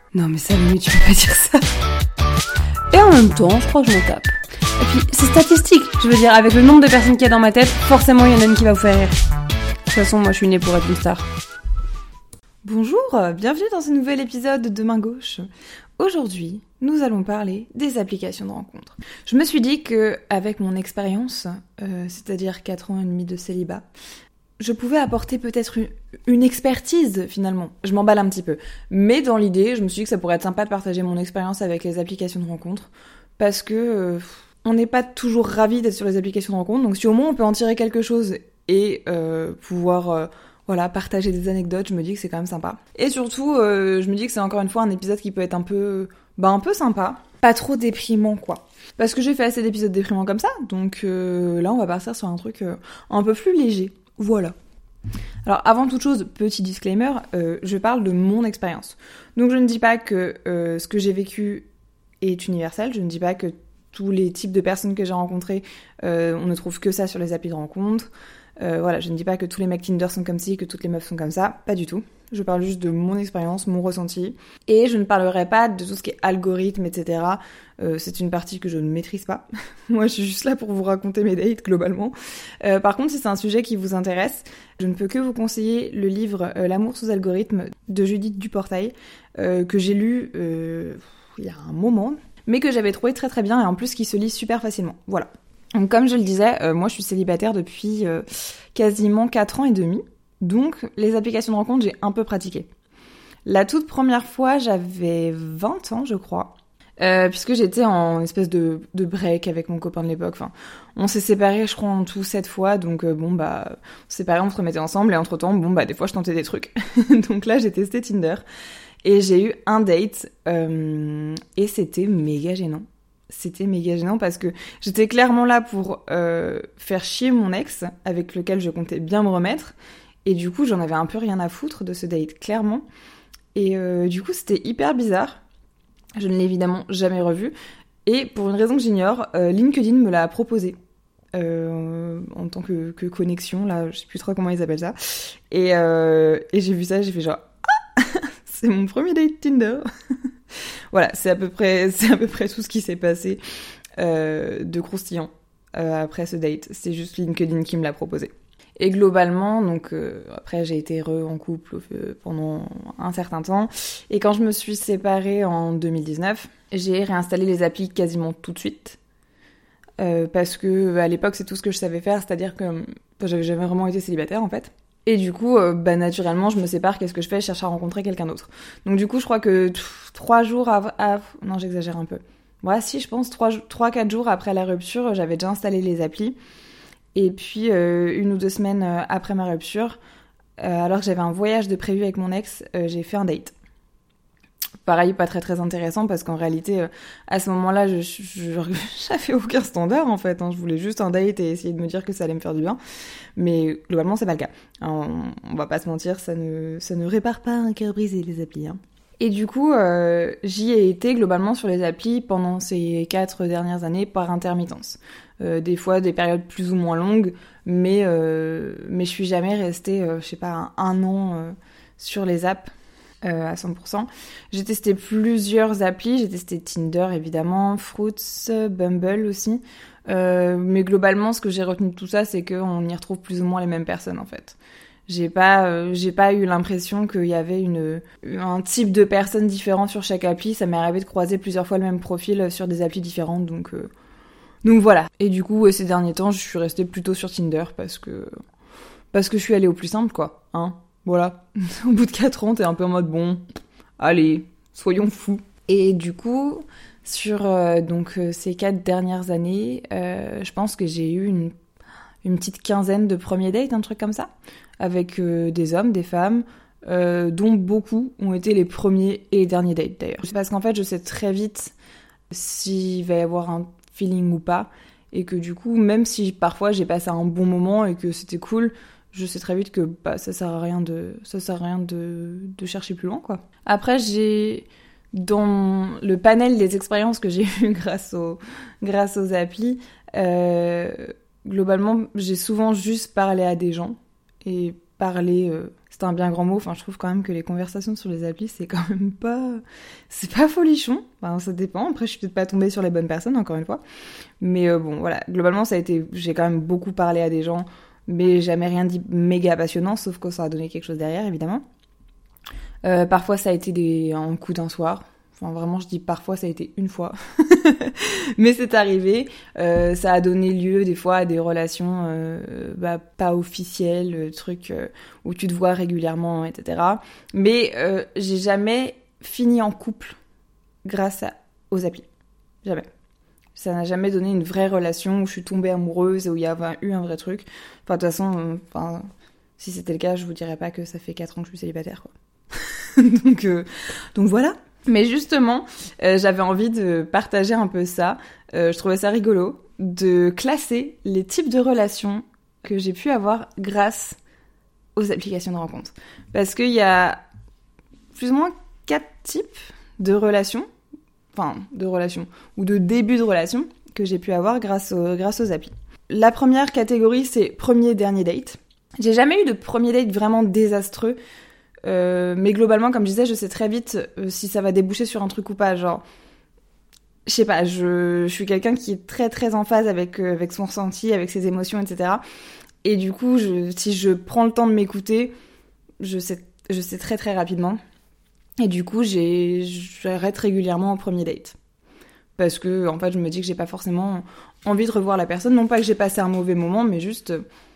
Non mais ça, limite, tu peux pas dire ça. Et en même temps, je crois que je m'en tape. Et puis, c'est statistique. Je veux dire, avec le nombre de personnes qu'il y a dans ma tête, forcément, il y en a une qui va vous faire rire. De toute façon, moi, je suis née pour être une star. Bonjour, bienvenue dans ce nouvel épisode de Main Gauche. Aujourd'hui, nous allons parler des applications de rencontres. Je me suis dit que, avec mon expérience, c'est-à-dire 4 ans et demi de célibat, je pouvais apporter peut-être une expertise, finalement. Je m'emballe un petit peu. Mais dans l'idée, je me suis dit que ça pourrait être sympa de partager mon expérience avec les applications de rencontres, parce que on n'est pas toujours ravis d'être sur les applications de rencontres, donc si au moins on peut en tirer quelque chose et pouvoir... partager des anecdotes, je me dis que c'est quand même sympa. Et surtout, je me dis que c'est encore une fois un épisode qui peut être un peu sympa. Pas trop déprimant, quoi. Parce que j'ai fait assez d'épisodes déprimants comme ça, donc là, on va partir sur un truc un peu plus léger. Voilà. Alors, avant toute chose, petit disclaimer, je parle de mon expérience. Donc, je ne dis pas que ce que j'ai vécu est universel, je ne dis pas que tous les types de personnes que j'ai rencontrées, on ne trouve que ça sur les applis de rencontres. Je ne dis pas que tous les mecs Tinder sont comme ci, que toutes les meufs sont comme ça, pas du tout. Je parle juste de mon expérience, mon ressenti. Et je ne parlerai pas de tout ce qui est algorithme, etc. C'est une partie que je ne maîtrise pas. Moi, je suis juste là pour vous raconter mes dates, globalement. Par contre, si c'est un sujet qui vous intéresse, je ne peux que vous conseiller le livre L'amour sous algorithme de Judith Duportail, que j'ai lu il y a un moment, mais que j'avais trouvé très très bien et en plus qui se lit super facilement. Voilà. Donc comme je le disais, moi je suis célibataire depuis quasiment 4 ans et demi, donc les applications de rencontre j'ai un peu pratiqué. La toute première fois j'avais 20 ans je crois, puisque j'étais en espèce de break avec mon copain de l'époque, enfin on s'est séparés je crois en tout 7 fois, donc on s'est séparés, on se remettait ensemble et entre temps des fois je tentais des trucs. Donc là j'ai testé Tinder et j'ai eu un date et c'était méga gênant. C'était méga gênant parce que j'étais clairement là pour faire chier mon ex, avec lequel je comptais bien me remettre. Et du coup, j'en avais un peu rien à foutre de ce date, clairement. Et du coup, c'était hyper bizarre. Je ne l'ai évidemment jamais revu. Et pour une raison que j'ignore, LinkedIn me l'a proposé. En tant que connexion, là, je sais plus trop comment ils appellent ça. Et j'ai vu ça, j'ai fait genre... Ah c'est mon premier date Tinder. Voilà, c'est à peu près tout ce qui s'est passé de croustillant après ce date. C'est juste LinkedIn qui me l'a proposé. Et globalement, donc après j'ai été en couple pendant un certain temps. Et quand je me suis séparée en 2019, j'ai réinstallé les applis quasiment tout de suite. Parce que à l'époque c'est tout ce que je savais faire, c'est-à-dire que j'avais jamais vraiment été célibataire en fait. Et du coup, naturellement, je me sépare, qu'est-ce que je fais ? Je cherche à rencontrer quelqu'un d'autre. Donc du coup, je crois que 3 jours avant... Non, j'exagère un peu. Ouais, si, je pense 3-4 jours après la rupture, j'avais déjà installé les applis. Et puis, 1 ou 2 semaines après ma rupture, alors que j'avais un voyage de prévu avec mon ex, j'ai fait un date. Pareil, pas très très intéressant parce qu'en réalité, à ce moment-là, j'avais aucun standard en fait. Je voulais juste un date et essayer de me dire que ça allait me faire du bien. Mais globalement, c'est pas le cas. On va pas se mentir, ça ne répare pas un cœur brisé, les applis. Et du coup, j'y ai été globalement sur les applis pendant ces 4 dernières années par intermittence. Des fois, des périodes plus ou moins longues, mais je suis jamais restée, un an sur les apps. À 100%. J'ai testé plusieurs applis, j'ai testé Tinder évidemment, Fruits, Bumble aussi, mais globalement ce que j'ai retenu de tout ça c'est qu'on y retrouve plus ou moins les mêmes personnes en fait. J'ai pas eu l'impression qu'il y avait un type de personnes différent sur chaque appli, ça m'est arrivé de croiser plusieurs fois le même profil sur des applis différentes, donc voilà. Et du coup ces derniers temps je suis restée plutôt sur Tinder parce que je suis allée au plus simple quoi, Voilà, au bout de 4 ans, t'es un peu en mode bon, allez, soyons fous. Et du coup, sur ces 4 dernières années, je pense que j'ai eu une petite quinzaine de premiers dates, un truc comme ça, avec des hommes, des femmes, dont beaucoup ont été les premiers et derniers dates d'ailleurs. C'est parce qu'en fait, je sais très vite s'il va y avoir un feeling ou pas, et que du coup, même si parfois j'ai passé un bon moment et que c'était cool, je sais très vite que ça sert à rien de chercher plus loin quoi. Après dans le panel des expériences que j'ai eues grâce aux applis, globalement j'ai souvent juste parlé à des gens et parler, c'est un bien grand mot, enfin je trouve quand même que les conversations sur les applis c'est quand même pas, c'est pas folichon, enfin ça dépend, après je suis peut-être pas tombée sur les bonnes personnes encore une fois, mais bon voilà, globalement j'ai quand même beaucoup parlé à des gens, mais jamais rien dit méga passionnant, sauf que ça a donné quelque chose derrière évidemment. Parfois ça a été un coup d'un soir. Enfin, vraiment, je dis parfois, ça a été une fois. Mais c'est arrivé. Ça a donné lieu, des fois, à des relations pas officielles, trucs où tu te vois régulièrement, etc. Mais j'ai jamais fini en couple grâce aux applis. Jamais. Ça n'a jamais donné une vraie relation où je suis tombée amoureuse et où il y avait eu un vrai truc. Enfin, de toute façon, si c'était le cas, je vous dirais pas que ça fait 4 ans que je suis célibataire, quoi. Donc voilà. Mais justement, j'avais envie de partager un peu ça. Je trouvais ça rigolo de classer les types de relations que j'ai pu avoir grâce aux applications de rencontres. Parce qu'il y a plus ou moins 4 types de relations, ou de début de relations que j'ai pu avoir grâce aux applis. La première catégorie, c'est premier et dernier date. J'ai jamais eu de premier date vraiment désastreux. Mais globalement, comme je disais, je sais très vite si ça va déboucher sur un truc ou pas. Genre, je sais pas, je suis quelqu'un qui est très très en phase avec son ressenti, avec ses émotions, etc. Et du coup, si je prends le temps de m'écouter, je sais très très rapidement. Et du coup, j'arrête régulièrement au premier date. Parce que, en fait, je me dis que j'ai pas forcément envie de revoir la personne. Non pas que j'ai passé un mauvais moment, mais juste,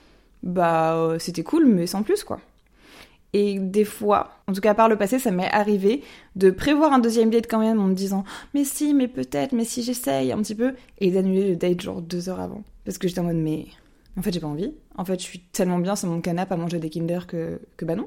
c'était cool, mais sans plus, quoi. Et des fois, en tout cas par le passé, ça m'est arrivé de prévoir un deuxième date quand même en me disant « mais si, mais peut-être, mais si j'essaye un petit peu » et d'annuler le date genre 2 heures avant. Parce que j'étais en mode « mais en fait j'ai pas envie. En fait je suis tellement bien sur mon canapé à manger des Kinder que bah non. »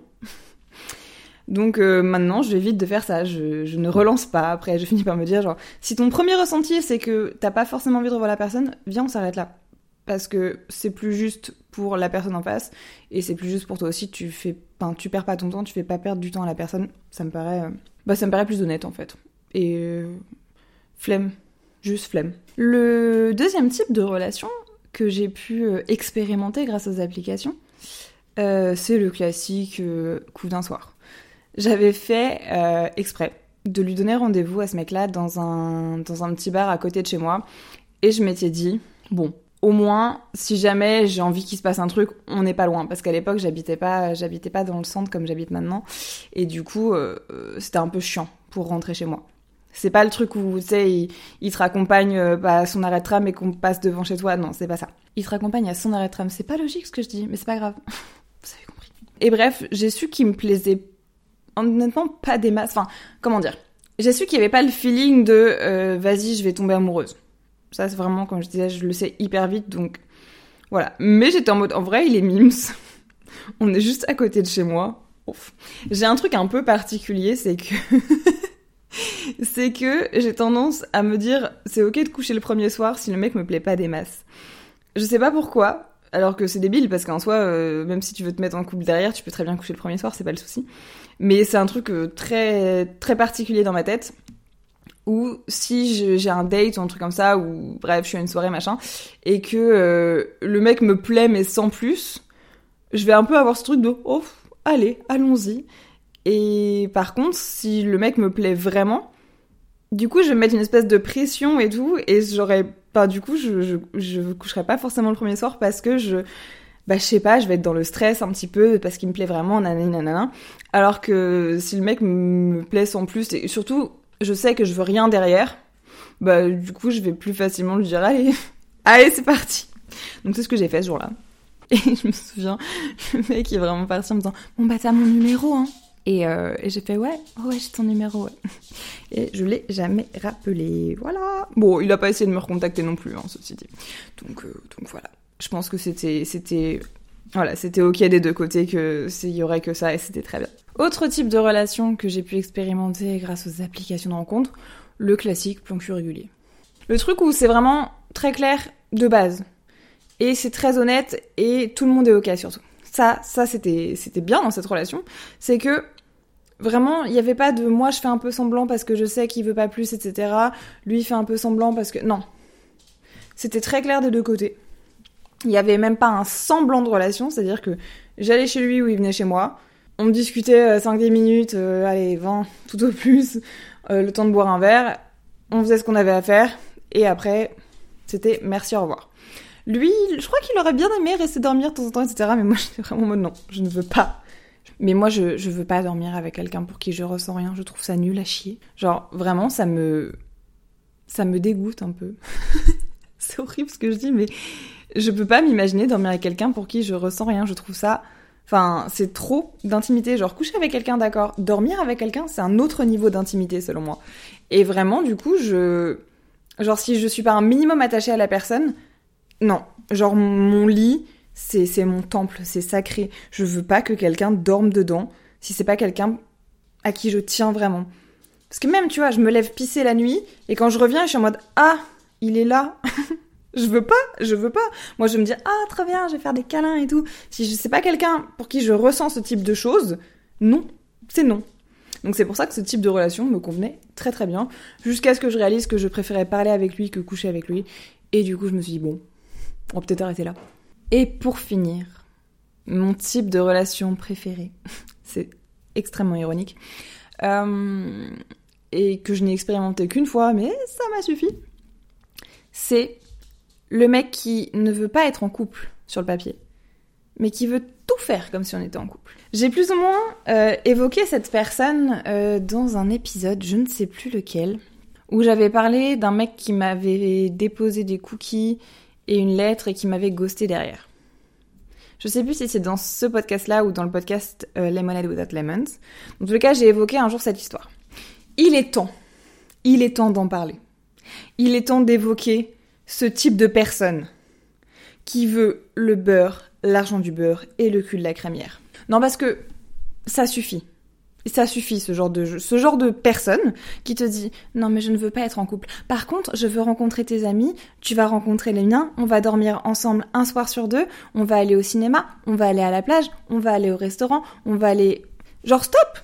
Donc maintenant j'évite de faire ça, je ne relance pas. Après je finis par me dire genre si ton premier ressenti c'est que t'as pas forcément envie de revoir la personne, viens on s'arrête là. Parce que c'est plus juste pour la personne en face et c'est plus juste pour toi aussi, tu perds pas ton temps, tu fais pas perdre du temps à la personne, ça me paraît plus honnête en fait. Et flemme, juste flemme. Le deuxième type de relation que j'ai pu expérimenter grâce aux applications, c'est le classique coup d'un soir. J'avais fait exprès de lui donner rendez-vous à ce mec-là dans un petit bar à côté de chez moi et je m'étais dit, bon, au moins, si jamais j'ai envie qu'il se passe un truc, on n'est pas loin. Parce qu'à l'époque, j'habitais pas dans le centre comme j'habite maintenant. Et du coup, c'était un peu chiant pour rentrer chez moi. C'est pas le truc où, tu sais, il te raccompagne à son arrêt de tram et qu'on passe devant chez toi. Non, c'est pas ça. Il te raccompagne à son arrêt de tram. C'est pas logique ce que je dis, mais c'est pas grave. Vous avez compris. Et bref, j'ai su qu'il me plaisait honnêtement pas des masses. Enfin, comment dire ? J'ai su qu'il y avait pas le feeling de vas-y, je vais tomber amoureuse. Ça, c'est vraiment, comme je disais, je le sais hyper vite, donc voilà. Mais j'étais en mode, en vrai, il est mimes. On est juste à côté de chez moi. Ouf. J'ai un truc un peu particulier, c'est que j'ai tendance à me dire, c'est ok de coucher le premier soir si le mec me plaît pas des masses. Je sais pas pourquoi, alors que c'est débile, parce qu'en soi, même si tu veux te mettre en couple derrière, tu peux très bien coucher le premier soir, c'est pas le souci. Mais c'est un truc très, très particulier dans ma tête. Ou si j'ai un date ou un truc comme ça, ou bref, je suis à une soirée, machin, et que le mec me plaît mais sans plus, je vais un peu avoir ce truc de « oh, allez, allons-y ». Et par contre, si le mec me plaît vraiment, du coup, je vais me mettre une espèce de pression et tout, et du coup, je coucherai pas forcément le premier soir parce que je sais pas, je vais être dans le stress un petit peu parce qu'il me plaît vraiment, nanana. Alors que si le mec me plaît sans plus, et surtout... je sais que je veux rien derrière, du coup, je vais plus facilement lui dire, allez, c'est parti. Donc, c'est ce que j'ai fait ce jour-là. Et je me souviens, le mec est vraiment parti en me disant, bon, t'as mon numéro, hein. Et j'ai fait, ouais, j'ai ton numéro, ouais. Et je l'ai jamais rappelé, voilà. Bon, il a pas essayé de me recontacter non plus, hein, ceci dit. Donc voilà. Je pense que c'était ok des deux côtés, que il y aurait que ça et c'était très bien. Autre type de relation que j'ai pu expérimenter grâce aux applications de rencontre, le classique plan cul régulier. Le truc où c'est vraiment très clair de base. Et c'est très honnête et tout le monde est ok surtout. Ça c'était bien dans cette relation. C'est que vraiment, il n'y avait pas de moi je fais un peu semblant parce que je sais qu'il veut pas plus, etc. Lui il fait un peu semblant parce que... Non. C'était très clair des deux côtés. Il y avait même pas un semblant de relation, c'est-à-dire que j'allais chez lui ou il venait chez moi. On discutait 5-10 minutes, allez, 20 tout au plus, le temps de boire un verre. On faisait ce qu'on avait à faire. Et après, c'était merci, au revoir. Lui, je crois qu'il aurait bien aimé rester dormir de temps en temps, etc. Mais moi, j'étais vraiment en mode non, je ne veux pas. Mais moi, je veux pas dormir avec quelqu'un pour qui je ressens rien. Je trouve ça nul à chier. Genre, vraiment, ça me dégoûte un peu. C'est horrible ce que je dis, mais je peux pas m'imaginer dormir avec quelqu'un pour qui je ressens rien. Je trouve ça... Enfin, c'est trop d'intimité. Genre, coucher avec quelqu'un, d'accord. Dormir avec quelqu'un, c'est un autre niveau d'intimité, selon moi. Et vraiment, du coup, genre, si je suis pas un minimum attachée à la personne, non. Genre, mon lit, c'est mon temple, c'est sacré. Je veux pas que quelqu'un dorme dedans, si c'est pas quelqu'un à qui je tiens vraiment. Parce que même, tu vois, je me lève pisser la nuit, et quand je reviens, je suis en mode « Ah, il est là !» Je veux pas. Moi, je vais me dire « Ah, très bien, je vais faire des câlins et tout. » Si c'est pas quelqu'un pour qui je ressens ce type de choses, non, c'est non. Donc c'est pour ça que ce type de relation me convenait très très bien, jusqu'à ce que je réalise que je préférais parler avec lui que coucher avec lui. Et du coup, je me suis dit « Bon, on va peut-être arrêter là. » Et pour finir, mon type de relation préféré, c'est extrêmement ironique, et que je n'ai expérimenté qu'une fois, mais ça m'a suffi, c'est le mec qui ne veut pas être en couple sur le papier, mais qui veut tout faire comme si on était en couple. J'ai plus ou moins évoqué cette personne dans un épisode, je ne sais plus lequel, où j'avais parlé d'un mec qui m'avait déposé des cookies et une lettre et qui m'avait ghosté derrière. Je sais plus si c'est dans ce podcast-là ou dans le podcast Lemonade Without Lemons. Dans tous les cas, j'ai évoqué un jour cette histoire. Il est temps d'en parler. Il est temps d'évoquer ce type de personne qui veut le beurre, l'argent du beurre et le cul de la crémière. Non, parce que ça suffit. Ça suffit, ce genre de personne qui te dit « Non, mais je ne veux pas être en couple. Par contre, je veux rencontrer tes amis, tu vas rencontrer les miens, on va dormir ensemble un soir sur 2, on va aller au cinéma, on va aller à la plage, on va aller au restaurant, on va aller... » Genre, stop.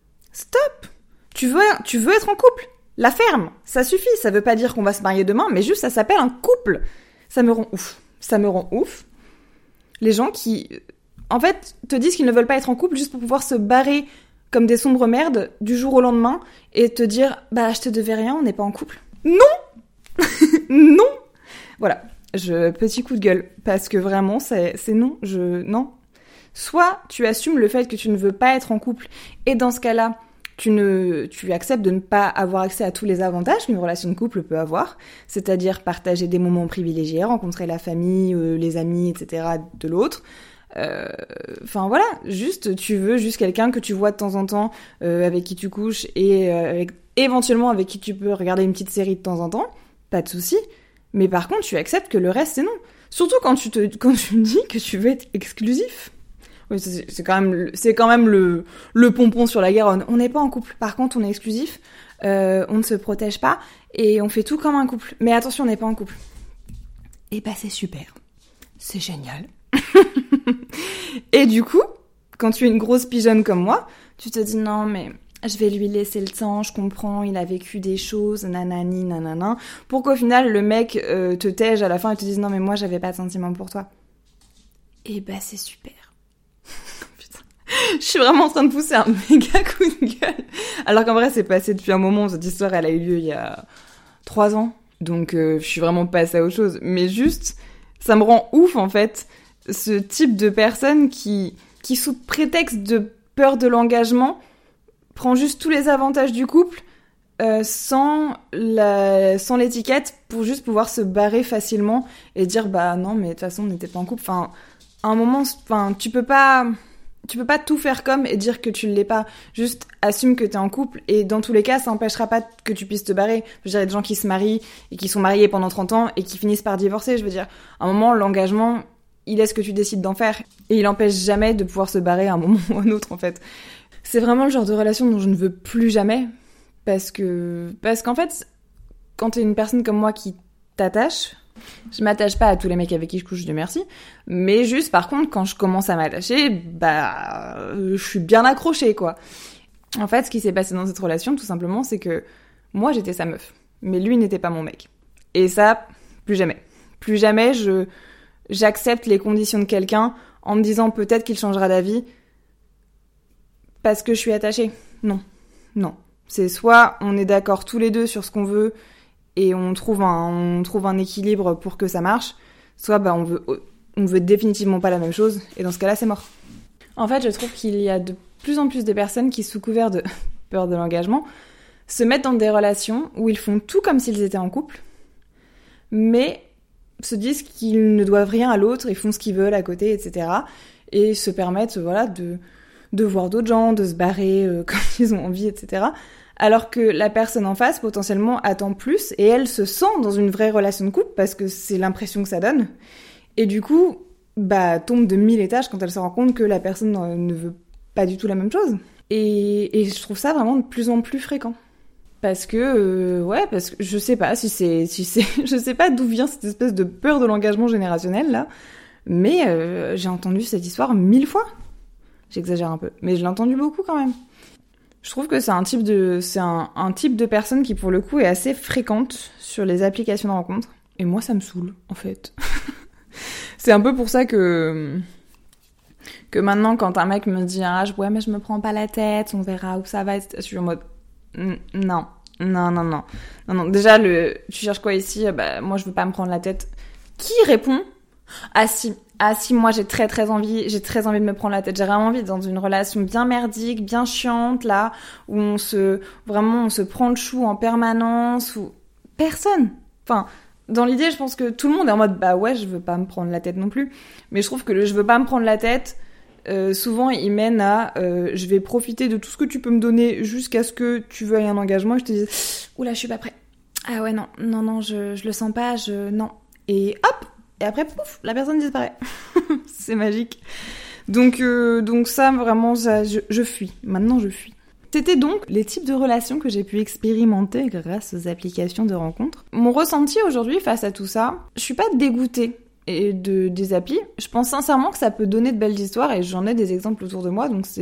Tu veux être en couple. La ferme, ça suffit. Ça veut pas dire qu'on va se marier demain, mais juste ça s'appelle un couple. Ça me rend ouf. Les gens qui, en fait, te disent qu'ils ne veulent pas être en couple juste pour pouvoir se barrer comme des sombres merdes du jour au lendemain et te dire « Bah, je te devais rien, on n'est pas en couple. » Non. Non. Voilà. Petit coup de gueule. Parce que vraiment, c'est non. Non. Soit tu assumes le fait que tu ne veux pas être en couple et dans ce cas-là, tu acceptes de ne pas avoir accès à tous les avantages qu'une relation de couple peut avoir, c'est-à-dire partager des moments privilégiés, rencontrer la famille, les amis, etc. de l'autre. Enfin voilà, tu veux juste quelqu'un que tu vois de temps en temps, avec qui tu couches et éventuellement avec qui tu peux regarder une petite série de temps en temps, pas de souci. Mais par contre, tu acceptes que le reste c'est non. Surtout quand tu dis que tu veux être exclusif. Oui, c'est quand même le pompon sur la Garonne. On n'est pas en couple. Par contre, on est exclusif. On ne se protège pas et on fait tout comme un couple. Mais attention, on n'est pas en couple. Et bah c'est super. C'est génial. Et du coup, quand tu es une grosse pigeonne comme moi, tu te dis non mais je vais lui laisser le temps, je comprends, il a vécu des choses, nanani, nanana, pour qu'au final le mec te tège à la fin et te dise non mais moi j'avais pas de sentiments pour toi. Et bah c'est super. Putain. Je suis vraiment en train de pousser un méga coup de gueule. Alors qu'en vrai c'est passé depuis un moment, cette histoire elle a eu lieu il y a 3 ans, donc je suis vraiment passée à autre chose. Mais juste, ça me rend ouf en fait, ce type de personne qui sous prétexte de peur de l'engagement prend juste tous les avantages du couple sans l'étiquette pour juste pouvoir se barrer facilement et dire bah non mais de toute façon on n'était pas en couple. Enfin, à un moment, tu peux pas tout faire comme et dire que tu l'es pas. Juste assume que t'es en couple et dans tous les cas ça empêchera pas que tu puisses te barrer. Je veux dire, il y a des gens qui se marient et qui sont mariés pendant 30 ans et qui finissent par divorcer. Je veux dire, à un moment l'engagement il est ce que tu décides d'en faire et il empêche jamais de pouvoir se barrer à un moment ou à un autre en fait. C'est vraiment le genre de relation dont je ne veux plus jamais parce qu'en fait quand t'es une personne comme moi qui t'attache, je m'attache pas à tous les mecs avec qui je couche, Dieu merci, mais juste par contre quand je commence à m'attacher, bah je suis bien accrochée quoi. En fait ce qui s'est passé dans cette relation tout simplement c'est que moi j'étais sa meuf, mais lui n'était pas mon mec. Et ça, plus jamais j'accepte les conditions de quelqu'un en me disant peut-être qu'il changera d'avis parce que je suis attachée. Non. C'est soit on est d'accord tous les deux sur ce qu'on veut et on trouve un équilibre pour que ça marche, soit on veut définitivement pas la même chose et dans ce cas-là c'est mort. En fait, je trouve qu'il y a de plus en plus de personnes qui, sous couvert de peur de l'engagement, se mettent dans des relations où ils font tout comme s'ils étaient en couple, mais se disent qu'ils ne doivent rien à l'autre, ils font ce qu'ils veulent à côté, etc. Et se permettent, de voir d'autres gens, de se barrer quand ils ont envie, etc. Alors que la personne en face, potentiellement, attend plus, et elle se sent dans une vraie relation de couple, parce que c'est l'impression que ça donne. Et du coup, tombe de 1000 étages quand elle se rend compte que la personne ne veut pas du tout la même chose. Et je trouve ça vraiment de plus en plus fréquent. Parce que je sais pas je sais pas d'où vient cette espèce de peur de l'engagement générationnel, là. Mais j'ai entendu cette histoire 1000 fois. J'exagère un peu, mais je l'ai entendu beaucoup quand même. Je trouve que c'est un type de personne qui, pour le coup, est assez fréquente sur les applications de rencontres. Et moi, ça me saoule, en fait. C'est un peu pour ça que maintenant, quand un mec me dit ouais, mais je me prends pas la tête, on verra où ça va, je suis en mode non. Déjà, tu cherches quoi ici? Moi, je veux pas me prendre la tête. Qui répond? Ah si, moi j'ai très envie de me prendre la tête. J'ai vraiment envie d'être dans une relation bien merdique, bien chiante, là, où on se prend le chou en permanence, où personne. Enfin, dans l'idée, je pense que tout le monde est en mode ouais, je veux pas me prendre la tête non plus. Mais je trouve que je veux pas me prendre la tête, souvent il mène à je vais profiter de tout ce que tu peux me donner jusqu'à ce que tu veuilles un engagement et je te dis oula, je suis pas prêt. Ah ouais, non, je le sens pas, non. Et hop! Et après, pouf, la personne disparaît. C'est magique. Donc ça, vraiment, je fuis. Maintenant, je fuis. C'était donc les types de relations que j'ai pu expérimenter grâce aux applications de rencontres. Mon ressenti aujourd'hui face à tout ça, je suis pas dégoûtée des applis. Je pense sincèrement que ça peut donner de belles histoires et j'en ai des exemples autour de moi. Donc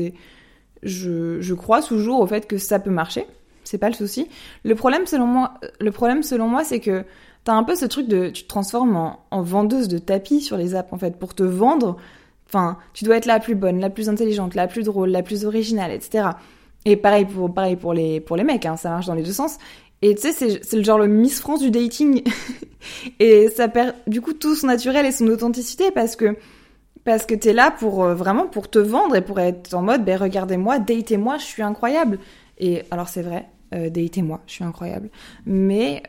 je crois toujours au fait que ça peut marcher. C'est pas le souci. Le problème, selon moi, c'est que t'as un peu ce truc tu te transformes en vendeuse de tapis sur les apps, en fait, pour te vendre. Enfin, tu dois être la plus bonne, la plus intelligente, la plus drôle, la plus originale, etc. Et pareil pour les mecs, hein, ça marche dans les deux sens. Et tu sais, c'est le Miss France du dating. Et ça perd, du coup, tout son naturel et son authenticité parce que t'es là vraiment pour te vendre et pour être en mode, regardez-moi, datez-moi, je suis incroyable. Et alors, c'est vrai, datez-moi, je suis incroyable. Mais,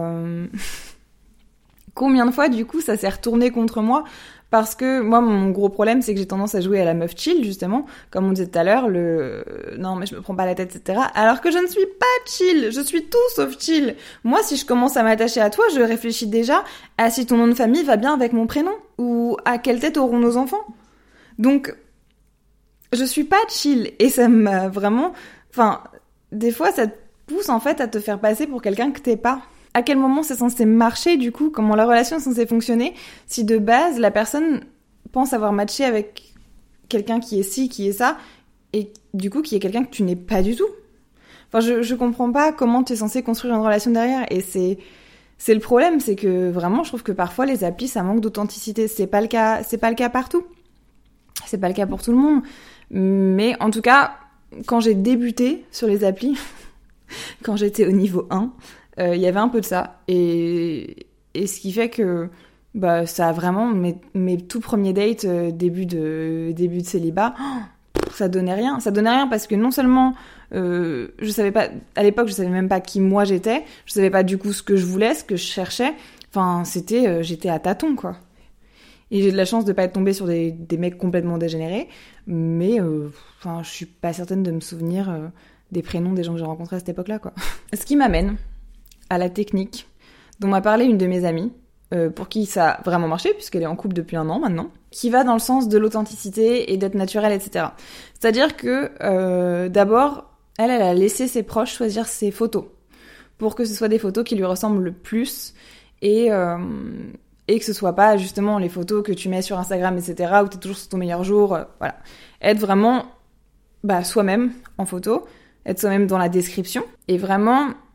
combien de fois, du coup, ça s'est retourné contre moi? Parce que moi, mon gros problème, c'est que j'ai tendance à jouer à la meuf chill, justement. Comme on disait tout à l'heure, non, mais je me prends pas la tête, etc. Alors que je ne suis pas chill. Je suis tout sauf chill. Moi, si je commence à m'attacher à toi, je réfléchis déjà à si ton nom de famille va bien avec mon prénom. Ou à quelle tête auront nos enfants. Donc, je suis pas chill. Et ça m'a vraiment... Enfin, des fois, ça te pousse, en fait, à te faire passer pour quelqu'un que t'es pas. À quel moment c'est censé marcher, du coup, comment la relation est censée fonctionner, si de base, la personne pense avoir matché avec quelqu'un qui est ci, qui est ça, et du coup, qui est quelqu'un que tu n'es pas du tout. Enfin, je comprends pas comment tu es censé construire une relation derrière, et c'est le problème, c'est que vraiment, je trouve que parfois, les applis, ça manque d'authenticité. C'est pas le cas partout. C'est pas le cas pour tout le monde. Mais en tout cas, quand j'ai débuté sur les applis, quand j'étais au niveau 1, il y avait un peu de ça et ce qui fait que ça a vraiment mes tout premiers dates début de célibat, ça donnait rien parce que non seulement je savais pas à l'époque, je savais même pas qui moi j'étais, je savais pas du coup ce que je voulais, ce que je cherchais, enfin c'était j'étais à tâtons quoi. Et j'ai de la chance de pas être tombée sur des mecs complètement dégénérés, mais je suis pas certaine de me souvenir des prénoms des gens que j'ai rencontrés à cette époque-là quoi. Ce qui m'amène à la technique dont m'a parlé une de mes amies, pour qui ça a vraiment marché, puisqu'elle est en couple depuis 1 an maintenant, qui va dans le sens de l'authenticité et d'être naturelle, etc. C'est-à-dire que, d'abord, elle a laissé ses proches choisir ses photos, pour que ce soit des photos qui lui ressemblent le plus, et que ce soit pas justement les photos que tu mets sur Instagram, etc., où t'es toujours sur ton meilleur jour, voilà. Être vraiment soi-même en photo, être soi-même dans la description, et vraiment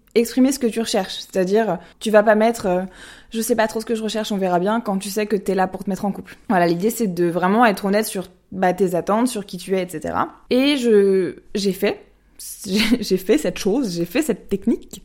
exprimer ce que tu recherches. C'est-à-dire, tu vas pas mettre je sais pas trop ce que je recherche, on verra bien, quand tu sais que t'es là pour te mettre en couple. Voilà, l'idée c'est de vraiment être honnête sur tes attentes, sur qui tu es, etc. Et j'ai fait cette chose, j'ai fait cette technique.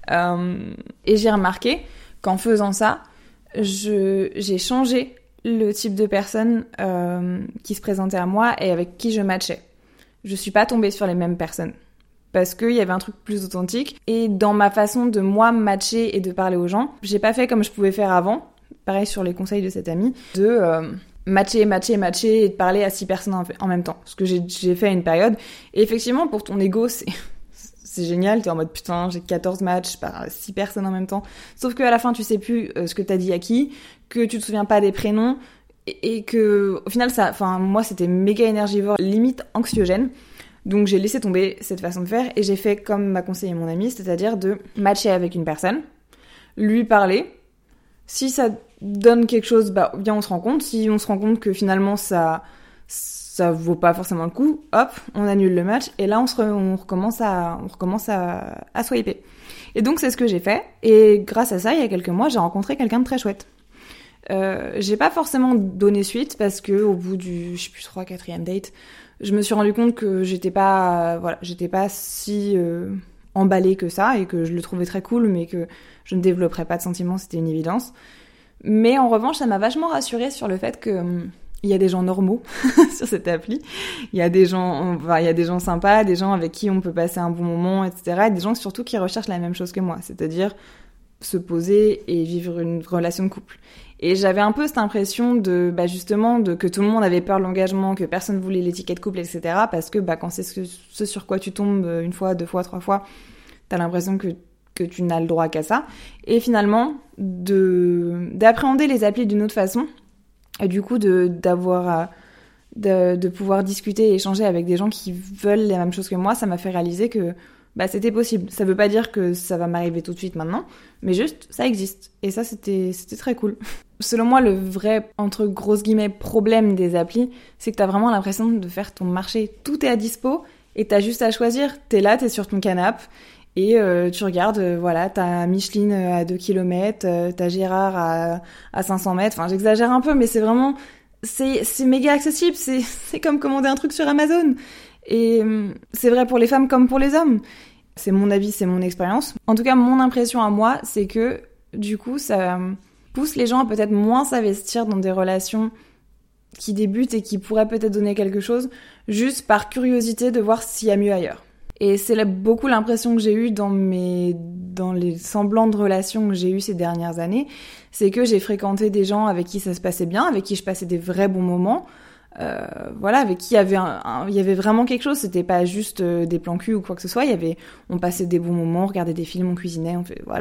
Et j'ai remarqué qu'en faisant ça, j'ai changé le type de personne qui se présentait à moi et avec qui je matchais. Je suis pas tombée sur les mêmes personnes. Parce qu'il y avait un truc plus authentique. Et dans ma façon de moi matcher et de parler aux gens, j'ai pas fait comme je pouvais faire avant, pareil sur les conseils de cette amie, de matcher et de parler à 6 personnes en même temps. Ce que j'ai fait à une période. Et effectivement, pour ton ego, c'est génial, t'es en mode putain, j'ai 14 matchs par 6 personnes en même temps. Sauf qu'à la fin, tu sais plus ce que t'as dit à qui, que tu te souviens pas des prénoms, et que au final, moi, c'était méga énergivore, limite anxiogène. Donc j'ai laissé tomber cette façon de faire et j'ai fait comme m'a conseillé mon ami, c'est-à-dire de matcher avec une personne, lui parler. Si ça donne quelque chose, bien on se rend compte. Si on se rend compte que finalement ça vaut pas forcément le coup, hop, on annule le match et là on recommence à swiper. Et donc c'est ce que j'ai fait et grâce à ça, il y a quelques mois, j'ai rencontré quelqu'un de très chouette. J'ai pas forcément donné suite parce que au bout du, je sais plus, 3-4e date, je me suis rendu compte que j'étais pas si emballée que ça et que je le trouvais très cool mais que je ne développerais pas de sentiments, c'était une évidence. Mais en revanche, ça m'a vachement rassurée sur le fait que il y a des gens normaux sur cette appli. Il y a des gens sympas, des gens avec qui on peut passer un bon moment, etc. Et des gens surtout qui recherchent la même chose que moi, c'est-à-dire se poser et vivre une relation de couple. Et j'avais un peu cette impression justement que tout le monde avait peur de l'engagement, que personne voulait l'étiquette couple, etc. Parce que quand c'est ce sur quoi tu tombes une fois, 2 fois, 3 fois, t'as l'impression que tu n'as le droit qu'à ça. Et finalement, d'appréhender les applis d'une autre façon, et du coup de pouvoir discuter et échanger avec des gens qui veulent les mêmes choses que moi, ça m'a fait réaliser que c'était possible. Ça veut pas dire que ça va m'arriver tout de suite maintenant, mais juste, ça existe. Et ça, c'était très cool. Selon moi, le vrai, entre grosses guillemets, problème des applis, c'est que t'as vraiment l'impression de faire ton marché. Tout est à dispo, et t'as juste à choisir. T'es là, t'es sur ton canapé, et tu regardes, t'as Micheline à 2 km, t'as Gérard à 500 mètres. Enfin, j'exagère un peu, mais c'est vraiment... C'est méga accessible, c'est comme commander un truc sur Amazon. Et c'est vrai pour les femmes comme pour les hommes. C'est mon avis, c'est mon expérience. En tout cas, mon impression à moi, c'est que du coup, ça pousse les gens à peut-être moins s'investir dans des relations qui débutent et qui pourraient peut-être donner quelque chose, juste par curiosité de voir s'il y a mieux ailleurs. Et c'est beaucoup l'impression que j'ai eue dans les semblants de relations que j'ai eues ces dernières années, c'est que j'ai fréquenté des gens avec qui ça se passait bien, avec qui je passais des vrais bons moments, avec qui il y avait vraiment quelque chose. C'était pas juste des plans cul ou quoi que ce soit. On passait des bons moments, on regardait des films, on cuisinait,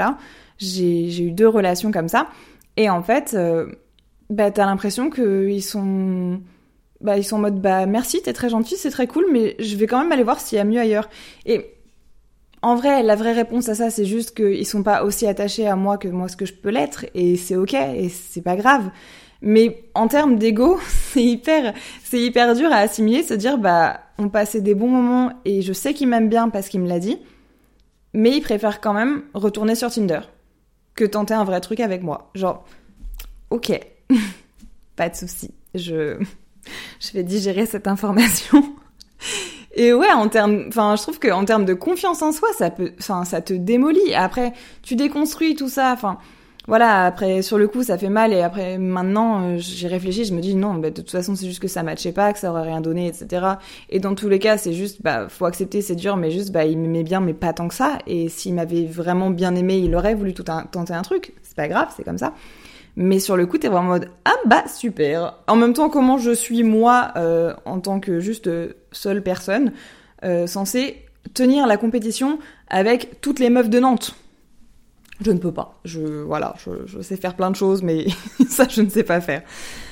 J'ai eu 2 relations comme ça. Et en fait, t'as l'impression qu'ils sont en mode merci, t'es très gentil, c'est très cool, mais je vais quand même aller voir s'il y a mieux ailleurs. Et en vrai, la vraie réponse à ça, c'est juste qu'ils sont pas aussi attachés à moi que moi ce que je peux l'être, et c'est ok, et c'est pas grave. Mais en termes d'ego, c'est hyper dur à assimiler, se dire on passait des bons moments et je sais qu'il m'aime bien parce qu'il me l'a dit, mais il préfère quand même retourner sur Tinder que tenter un vrai truc avec moi. Genre, ok, pas de souci, je vais digérer cette information. Et ouais, je trouve qu'en termes de confiance en soi, ça te démolit. Après, tu déconstruis tout ça, après, sur le coup, ça fait mal, et après, maintenant, j'y réfléchis, je me dis, non, de toute façon, c'est juste que ça matchait pas, que ça aurait rien donné, etc. Et dans tous les cas, c'est juste, faut accepter, c'est dur, mais juste, il m'aimait bien, mais pas tant que ça, et s'il m'avait vraiment bien aimé, il aurait voulu tenter un truc, c'est pas grave, c'est comme ça. Mais sur le coup, t'es vraiment en mode, super. En même temps, comment je suis, moi, en tant que juste seule personne, censée tenir la compétition avec toutes les meufs de Nantes? Je ne peux pas. Je sais faire plein de choses, mais ça, je ne sais pas faire.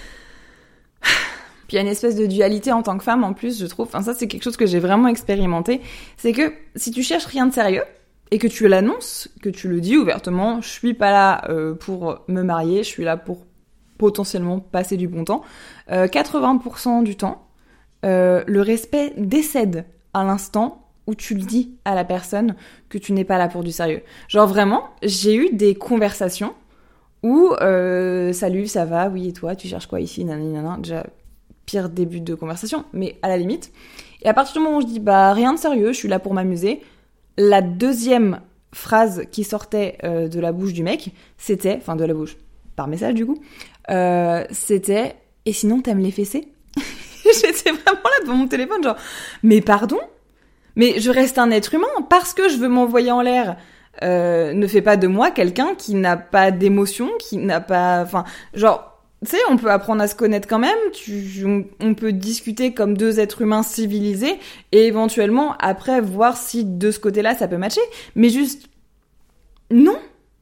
Puis il y a une espèce de dualité en tant que femme, en plus, je trouve. Ça, c'est quelque chose que j'ai vraiment expérimenté. C'est que si tu cherches rien de sérieux, et que tu l'annonces, que tu le dis ouvertement, je suis pas là pour me marier, je suis là pour potentiellement passer du bon temps, 80% du temps, le respect décède à l'instant où tu le dis à la personne que tu n'es pas là pour du sérieux. Genre vraiment, j'ai eu des conversations où salut, ça va, oui et toi, tu cherches quoi ici, nanana, déjà pire début de conversation, mais à la limite. Et à partir du moment où je dis bah rien de sérieux, je suis là pour m'amuser, la deuxième phrase qui sortait de la bouche du mec, c'était, enfin de la bouche, par message du coup, c'était et sinon t'aimes les fessées? J'étais vraiment là devant mon téléphone genre mais pardon? Mais je reste un être humain parce que je veux m'envoyer en l'air. Ne fais pas de moi quelqu'un qui n'a pas d'émotion, qui n'a pas, enfin genre tu sais, on peut apprendre à se connaître quand même, on peut discuter comme deux êtres humains civilisés et éventuellement après voir si de ce côté-là ça peut matcher, mais juste non.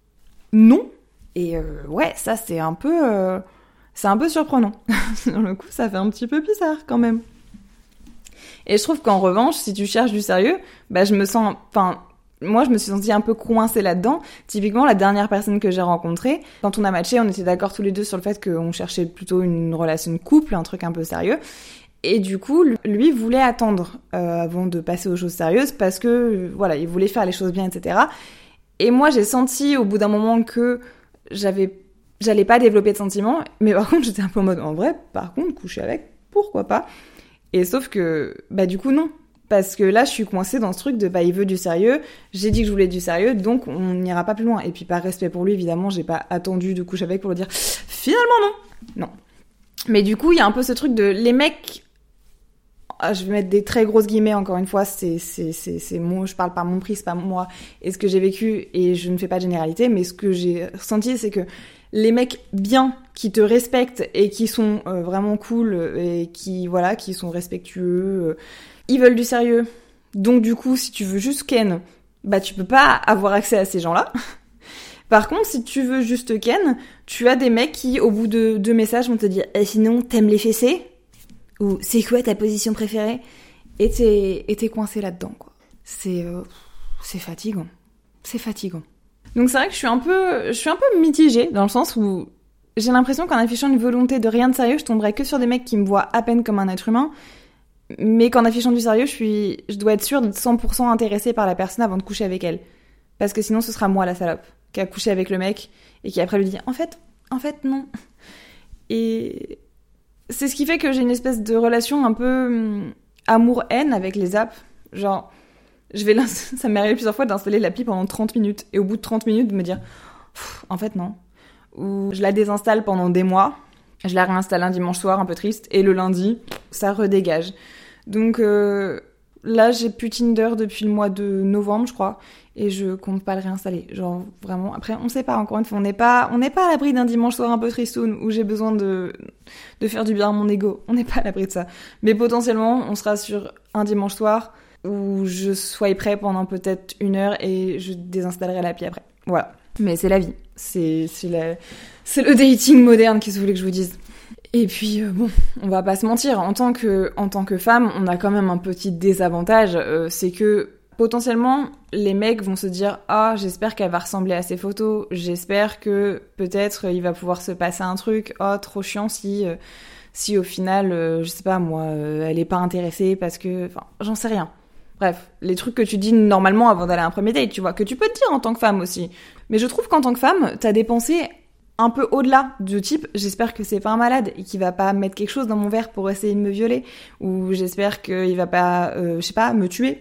Et ouais, ça c'est un peu surprenant. Sur le coup, ça fait un petit peu bizarre quand même. Et je trouve qu'en revanche, si tu cherches du sérieux, bah moi, je me suis sentie un peu coincée là-dedans. Typiquement, la dernière personne que j'ai rencontrée, quand on a matché, on était d'accord tous les deux sur le fait qu'on cherchait plutôt une relation de couple, un truc un peu sérieux. Et du coup, lui voulait attendre avant de passer aux choses sérieuses parce que, voilà, il voulait faire les choses bien, etc. Et moi, j'ai senti au bout d'un moment que j'allais pas développer de sentiments, mais par contre, j'étais un peu en mode, en vrai, par contre, coucher avec, pourquoi pas? Et sauf que, bah du coup, non. Parce que là, je suis coincée dans ce truc de, bah, il veut du sérieux, j'ai dit que je voulais du sérieux, donc on n'ira pas plus loin. Et puis, par respect pour lui, évidemment, j'ai pas attendu de coucher avec pour lui dire, finalement, non. Mais du coup, il y a un peu ce truc de, les mecs, je vais mettre des très grosses guillemets, encore une fois, c'est moi, je parle par mon prix, c'est pas moi, et ce que j'ai vécu, et je ne fais pas de généralité, mais ce que j'ai ressenti, c'est que les mecs bien, qui te respectent, et qui sont vraiment cool, et qui sont respectueux, ils veulent du sérieux. Donc du coup, si tu veux juste ken, bah tu peux pas avoir accès à ces gens-là. Par contre, si tu veux juste ken, tu as des mecs qui, au bout de 2 messages, vont te dire sinon, t'aimes les fessées ? Ou c'est quoi ta position préférée ? Et t'es coincé là-dedans, quoi. C'est fatigant. C'est fatigant. Donc c'est vrai que je suis un peu mitigée, dans le sens où j'ai l'impression qu'en affichant une volonté de rien de sérieux, je tomberais que sur des mecs qui me voient à peine comme un être humain, mais qu'en affichant du sérieux, je dois être sûre d'être 100% intéressée par la personne avant de coucher avec elle. Parce que sinon, ce sera moi la salope, qui a couché avec le mec, et qui après lui dit « En fait, non ». Et c'est ce qui fait que j'ai une espèce de relation un peu amour-haine avec les apps. Genre, ça m'est arrivé plusieurs fois d'installer l'appli pendant 30 minutes, et au bout de 30 minutes, de me dire « En fait, non ». Ou je la désinstalle pendant des mois, je la réinstalle un dimanche soir, un peu triste, et le lundi, ça redégage. Donc là, j'ai plus Tinder depuis le mois de novembre, je crois, et je compte pas le réinstaller. Genre, vraiment, après, on sait pas, encore une fois, on n'est pas à l'abri d'un dimanche soir un peu tristoun, où j'ai besoin de faire du bien à mon ego. On n'est pas à l'abri de ça. Mais potentiellement, on sera sur un dimanche soir, où je swiperai pendant peut-être 1 heure, et je désinstallerai l'appli après. Voilà. Mais c'est la vie. C'est le dating moderne, qu'est-ce que vous voulez que je vous dise. Et puis, bon, on va pas se mentir, en tant que femme, on a quand même un petit désavantage, c'est que potentiellement, les mecs vont se dire « Ah, j'espère qu'elle va ressembler à ses photos, j'espère que peut-être il va pouvoir se passer un truc, oh, trop chiant si au final, je sais pas moi, elle est pas intéressée parce que... » Enfin, j'en sais rien. Bref, les trucs que tu dis normalement avant d'aller à un premier date, tu vois, que tu peux te dire en tant que femme aussi. Mais je trouve qu'en tant que femme, t'as des pensées un peu au-delà du type, j'espère que c'est pas un malade et qu'il va pas mettre quelque chose dans mon verre pour essayer de me violer, ou j'espère qu'il va pas, je sais pas, me tuer.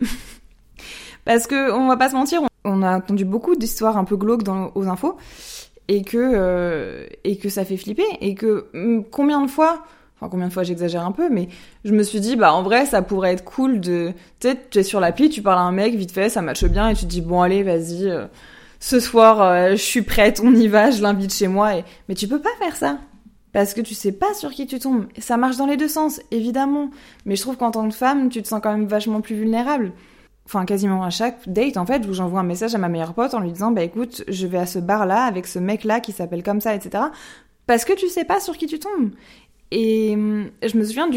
Parce que, on va pas se mentir, on a entendu beaucoup d'histoires un peu glauques aux infos, et que ça fait flipper, et que combien de fois j'exagère un peu, mais je me suis dit, bah en vrai, ça pourrait être cool de... Tu sais, tu es sur l'appli, tu parles à un mec, vite fait, ça matche bien, et tu te dis, bon allez, vas-y, ce soir, je suis prête, on y va, je l'invite chez moi, mais tu peux pas faire ça. Parce que tu sais pas sur qui tu tombes. Ça marche dans les deux sens, évidemment. Mais je trouve qu'en tant que femme, tu te sens quand même vachement plus vulnérable. Enfin, quasiment à chaque date, en fait, où j'envoie un message à ma meilleure pote en lui disant, bah écoute, je vais à ce bar-là, avec ce mec-là qui s'appelle comme ça, etc. Parce que tu sais pas sur qui tu tombes. Et je me souviens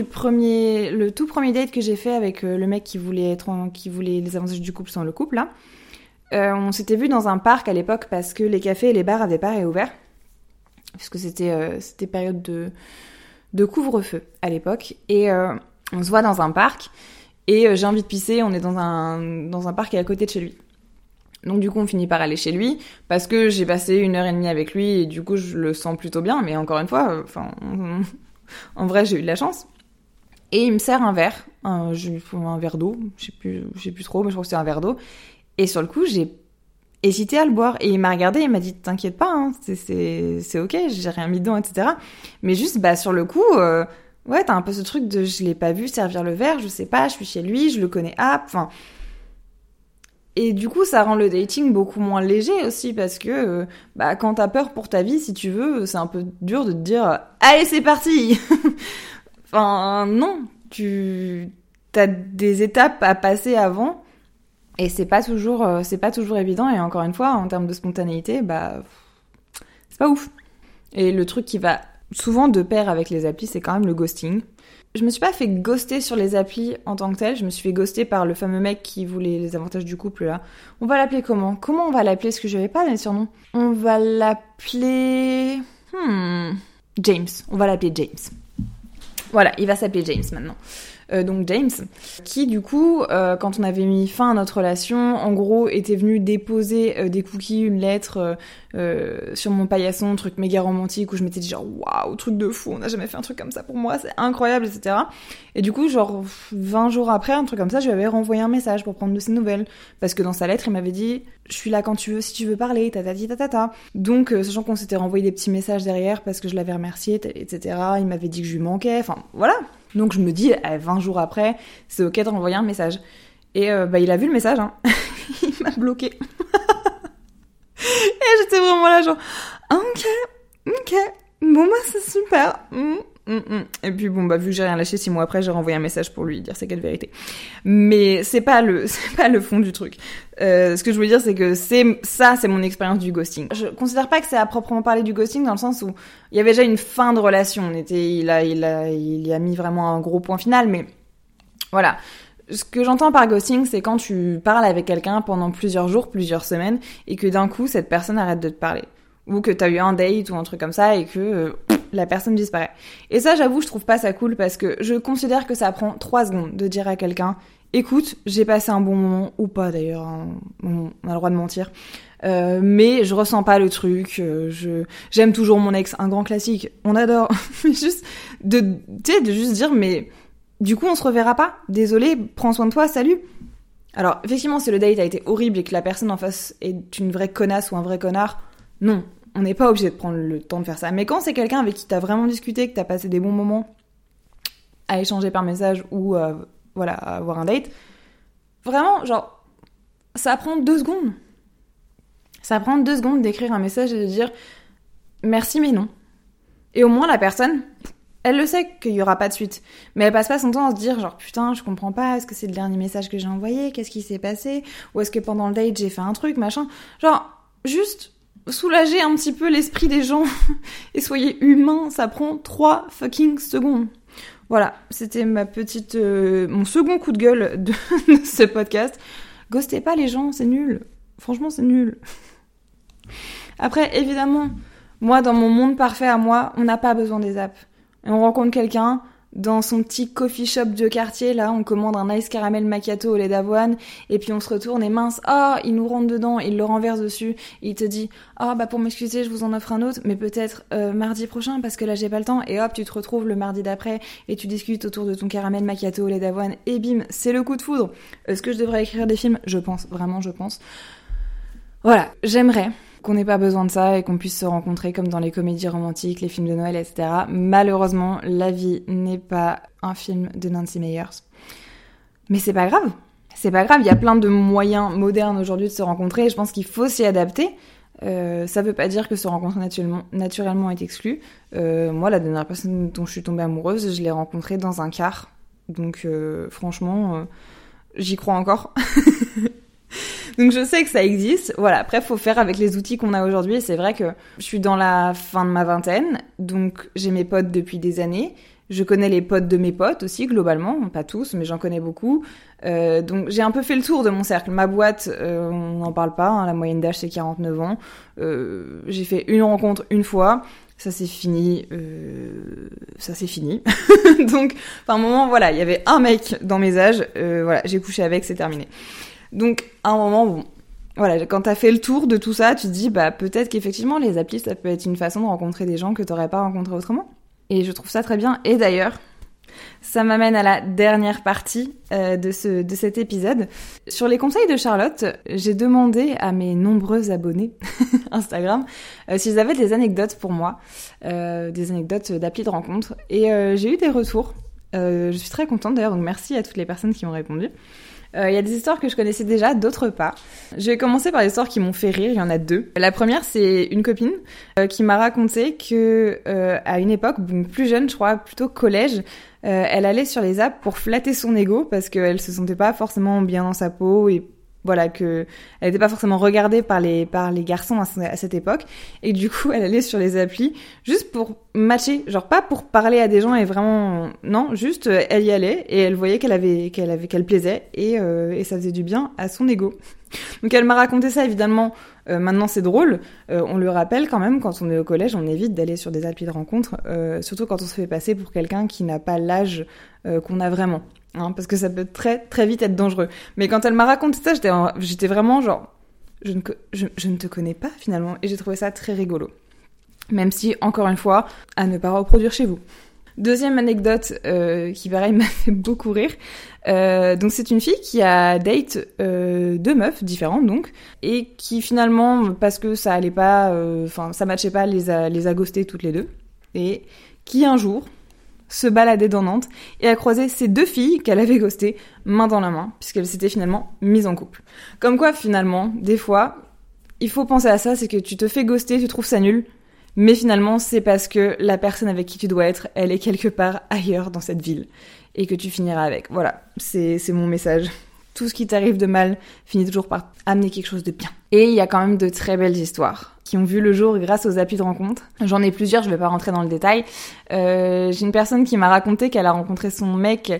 le tout premier date que j'ai fait avec le mec qui voulait les avantages du couple sans le couple, là. On s'était vu dans un parc à l'époque parce que les cafés et les bars avaient pas réouvert. Puisque c'était période de couvre-feu à l'époque. Et on se voit dans un parc. et j'ai envie de pisser, on est dans un parc qui est à côté de chez lui. Donc du coup on finit par aller chez lui parce que j'ai passé 1h30 avec lui et du coup je le sens plutôt bien, mais encore une fois, en vrai j'ai eu de la chance. Et il me sert un verre, un verre d'eau, je sais plus trop, mais je crois que c'est un verre d'eau. Et sur le coup j'ai hésité à le boire et il m'a regardé et il m'a dit t'inquiète pas, hein, c'est ok, j'ai rien mis dedans, etc. Mais juste sur le coup, ouais t'as un peu ce truc de je l'ai pas vu servir le verre, je sais pas, je suis chez lui, je le connais, Et du coup, ça rend le dating beaucoup moins léger aussi parce que quand t'as peur pour ta vie, si tu veux, c'est un peu dur de te dire « Allez, c'est parti !» Non, t'as des étapes à passer avant et c'est pas toujours évident. Et encore une fois, en termes de spontanéité, c'est pas ouf. Et le truc qui va souvent de pair avec les applis, c'est quand même le ghosting. Je me suis pas fait ghoster sur les applis en tant que tel, je me suis fait ghoster par le fameux mec qui voulait les avantages du couple là. On va l'appeler comment ? Comment on va l'appeler ? Parce que je n'avais pas les surnoms. On va l'appeler... James. On va l'appeler James. Voilà, il va s'appeler James maintenant. Donc James, qui du coup, quand on avait mis fin à notre relation, en gros, était venu déposer des cookies, une lettre sur mon paillasson, truc méga romantique, où je m'étais dit genre waouh, truc de fou, on n'a jamais fait un truc comme ça pour moi, c'est incroyable, etc. Et du coup, genre 20 jours après, un truc comme ça, je lui avais renvoyé un message pour prendre de ses nouvelles, parce que dans sa lettre, il m'avait dit je suis là quand tu veux, si tu veux parler, tatati tatata. Donc, sachant qu'on s'était renvoyé des petits messages derrière parce que je l'avais remercié, etc. Il m'avait dit que je lui manquais, voilà. Donc je me dis, 20 jours après, c'est ok de renvoyer un message. Et il a vu le message, hein. Il m'a bloqué. Et j'étais vraiment là genre, ok, bon c'est super. Et puis bon vu que j'ai rien lâché 6 mois après, j'ai renvoyé un message pour lui dire c'est quelle vérité. Mais c'est pas le fond du truc. Ce que je voulais dire c'est que c'est mon expérience du ghosting. Je considère pas que c'est à proprement parler du ghosting dans le sens où il y avait déjà une fin de relation. Il y a mis vraiment un gros point final, mais voilà. Ce que j'entends par ghosting, c'est quand tu parles avec quelqu'un pendant plusieurs jours, plusieurs semaines, et que d'un coup cette personne arrête de te parler. Ou que t'as eu un date ou un truc comme ça et que la personne disparaît. Et ça, j'avoue, je trouve pas ça cool parce que je considère que ça prend 3 secondes de dire à quelqu'un « Écoute, j'ai passé un bon moment, ou pas d'ailleurs, hein, on a le droit de mentir, mais je ressens pas le truc, j'aime toujours mon ex, un grand classique, on adore. » Juste de juste dire « Mais du coup, on se reverra pas, désolé, prends soin de toi, salut !» Alors, effectivement, si le date a été horrible et que la personne en face est une vraie connasse ou un vrai connard, non. On n'est pas obligé de prendre le temps de faire ça. Mais quand c'est quelqu'un avec qui t'as vraiment discuté, que t'as passé des bons moments à échanger par message ou à avoir un date, vraiment, genre, ça prend 2 secondes. Ça prend 2 secondes d'écrire un message et de dire merci mais non. Et au moins la personne, elle le sait qu'il y aura pas de suite. Mais elle passe pas son temps à se dire genre putain, je comprends pas, est-ce que c'est le dernier message que j'ai envoyé, qu'est-ce qui s'est passé, ou est-ce que pendant le date j'ai fait un truc, machin. Genre, juste soulager un petit peu l'esprit des gens et soyez humains, ça prend 3 fucking secondes. Voilà, c'était mon second coup de gueule de ce podcast. Ghostez pas les gens, c'est nul. Franchement, c'est nul. Après, évidemment, moi, dans mon monde parfait à moi, on n'a pas besoin des apps. Et on rencontre quelqu'un dans son petit coffee shop de quartier, là, on commande un ice caramel macchiato au lait d'avoine, et puis on se retourne et mince, il nous rentre dedans, il le renverse dessus, et il te dit, pour m'excuser, je vous en offre un autre, mais peut-être mardi prochain, parce que là j'ai pas le temps, et hop, tu te retrouves le mardi d'après, et tu discutes autour de ton caramel macchiato au lait d'avoine, et bim, c'est le coup de foudre. Est-ce que je devrais écrire des films ? Je pense, vraiment, je pense. Voilà, j'aimerais qu'on n'ait pas besoin de ça et qu'on puisse se rencontrer comme dans les comédies romantiques, les films de Noël, etc. Malheureusement, la vie n'est pas un film de Nancy Meyers. Mais c'est pas grave. C'est pas grave, il y a plein de moyens modernes aujourd'hui de se rencontrer et je pense qu'il faut s'y adapter. Ça veut pas dire que se rencontrer naturellement est exclu. Moi, la dernière personne dont je suis tombée amoureuse, je l'ai rencontrée dans un car. Donc franchement, j'y crois encore. Donc je sais que ça existe, voilà, après faut faire avec les outils qu'on a aujourd'hui, et c'est vrai que je suis dans la fin de ma vingtaine, donc j'ai mes potes depuis des années, je connais les potes de mes potes aussi globalement, pas tous, mais j'en connais beaucoup, donc j'ai un peu fait le tour de mon cercle. Ma boîte, on n'en parle pas, hein, la moyenne d'âge c'est 49 ans, j'ai fait une rencontre une fois, ça c'est fini. Donc, à un moment, voilà, il y avait un mec dans mes âges, voilà, j'ai couché avec, c'est terminé. Donc, à un moment, bon, voilà, quand t'as fait le tour de tout ça, tu te dis, bah, peut-être qu'effectivement, les applis, ça peut être une façon de rencontrer des gens que t'aurais pas rencontrés autrement. Et je trouve ça très bien. Et d'ailleurs, ça m'amène à la dernière partie de cet épisode. Sur les conseils de Charlotte, j'ai demandé à mes nombreux abonnés Instagram s'ils avaient des anecdotes pour moi, des anecdotes d'appli de rencontre. Et j'ai eu des retours. Je suis très contente d'ailleurs, donc merci à toutes les personnes qui ont répondu. Il y a des histoires que je connaissais déjà, d'autres pas. Je vais commencer par les histoires qui m'ont fait rire, il y en a 2. La première, c'est une copine qui m'a raconté que à une époque, bon, plus jeune, je crois, plutôt collège, elle allait sur les apps pour flatter son ego parce qu'elle se sentait pas forcément bien dans sa peau et voilà, que elle était pas forcément regardée par les garçons à cette époque, et du coup elle allait sur les applis juste pour matcher, genre pas pour parler à des gens et vraiment, non, juste elle y allait et elle voyait qu'elle plaisait et ça faisait du bien à son ego. Donc elle m'a raconté ça, évidemment, maintenant c'est drôle, on le rappelle quand même, quand on est au collège, on évite d'aller sur des applis de rencontre, surtout quand on se fait passer pour quelqu'un qui n'a pas l'âge qu'on a vraiment. Hein, parce que ça peut très très vite être dangereux. Mais quand elle m'a raconté ça, j'étais vraiment genre, je ne te connais pas finalement, et j'ai trouvé ça très rigolo. Même si, encore une fois, à ne pas reproduire chez vous. Deuxième anecdote qui pareil m'a fait beaucoup rire. Donc c'est une fille qui a date 2 meufs différentes donc, et qui finalement, parce que ça allait pas, ça matchait pas, les a ghostées toutes les 2, et qui un jour se baladait dans Nantes et a croisé ces 2 filles qu'elle avait ghostées main dans la main, puisqu'elles s'étaient finalement mises en couple. Comme quoi, finalement, des fois, il faut penser à ça, c'est que tu te fais ghoster, tu trouves ça nul, mais finalement, c'est parce que la personne avec qui tu dois être, elle est quelque part ailleurs dans cette ville, et que tu finiras avec. Voilà, c'est mon message. Tout ce qui t'arrive de mal finit toujours par amener quelque chose de bien. Et il y a quand même de très belles histoires qui ont vu le jour grâce aux applis de rencontre. J'en ai plusieurs, je vais pas rentrer dans le détail. J'ai une personne qui m'a raconté qu'elle a rencontré son mec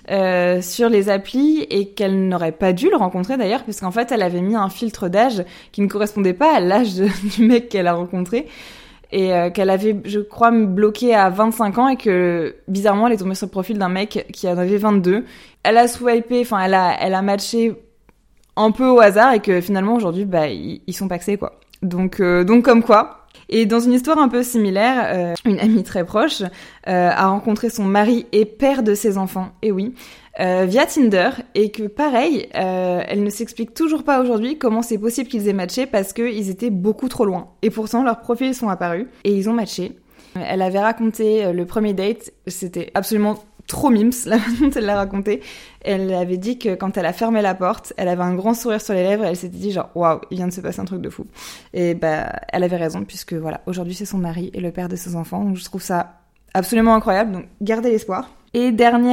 sur les applis et qu'elle n'aurait pas dû le rencontrer d'ailleurs, parce qu'en fait elle avait mis un filtre d'âge qui ne correspondait pas à l'âge du mec qu'elle a rencontré. Et qu'elle avait, je crois, bloqué à 25 ans et que, bizarrement, elle est tombée sur le profil d'un mec qui en avait 22. Elle a swipé, elle a matché un peu au hasard et que finalement, aujourd'hui, bah, ils sont paxés, quoi. Donc comme quoi. Et dans une histoire un peu similaire, une amie très proche a rencontré son mari et père de ses enfants, et oui, via Tinder, et que pareil, elle ne s'explique toujours pas aujourd'hui comment c'est possible qu'ils aient matché parce qu'ils étaient beaucoup trop loin. Et pourtant, leurs profils sont apparus et ils ont matché. Elle avait raconté le premier date, c'était absolument trop mimes, la façon dont elle l'a raconté. Elle avait dit que quand elle a fermé la porte, elle avait un grand sourire sur les lèvres et elle s'était dit genre waouh, il vient de se passer un truc de fou. Et bah elle avait raison puisque voilà, aujourd'hui c'est son mari et le père de ses enfants. Donc je trouve ça absolument incroyable. Donc gardez l'espoir. Et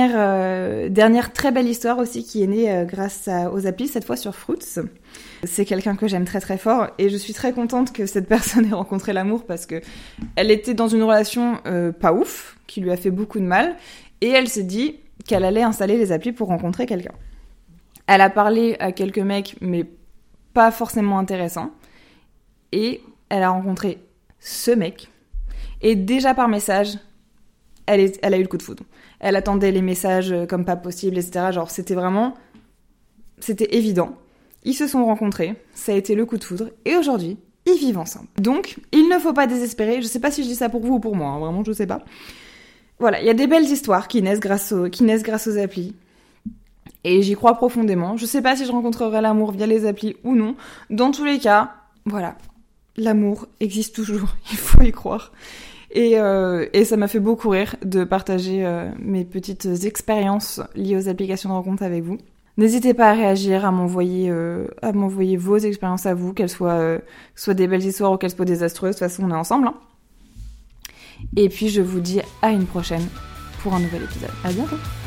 dernière très belle histoire aussi qui est née grâce aux applis, cette fois sur Fruits. C'est quelqu'un que j'aime très très fort et je suis très contente que cette personne ait rencontré l'amour parce que elle était dans une relation pas ouf, qui lui a fait beaucoup de mal, et elle s'est dit qu'elle allait installer les applis pour rencontrer quelqu'un. Elle a parlé à quelques mecs, mais pas forcément intéressants, et elle a rencontré ce mec, et déjà par message, elle a eu le coup de foudre. Elle attendait les messages comme pas possible, etc. Genre, c'était évident. Ils se sont rencontrés, ça a été le coup de foudre, et aujourd'hui, ils vivent ensemble. Donc, il ne faut pas désespérer. Je sais pas si je dis ça pour vous ou pour moi, hein, vraiment, je sais pas. Voilà, il y a des belles histoires qui naissent grâce aux applis. Et j'y crois profondément. Je sais pas si je rencontrerai l'amour via les applis ou non. Dans tous les cas, voilà, l'amour existe toujours, il faut y croire. Et ça m'a fait beaucoup rire de partager mes petites expériences liées aux applications de rencontre avec vous. N'hésitez pas à réagir, à m'envoyer vos expériences à vous, qu'elles soient des belles histoires ou qu'elles soient désastreuses. De toute façon, on est ensemble. Hein. Et puis, je vous dis à une prochaine pour un nouvel épisode. À bientôt.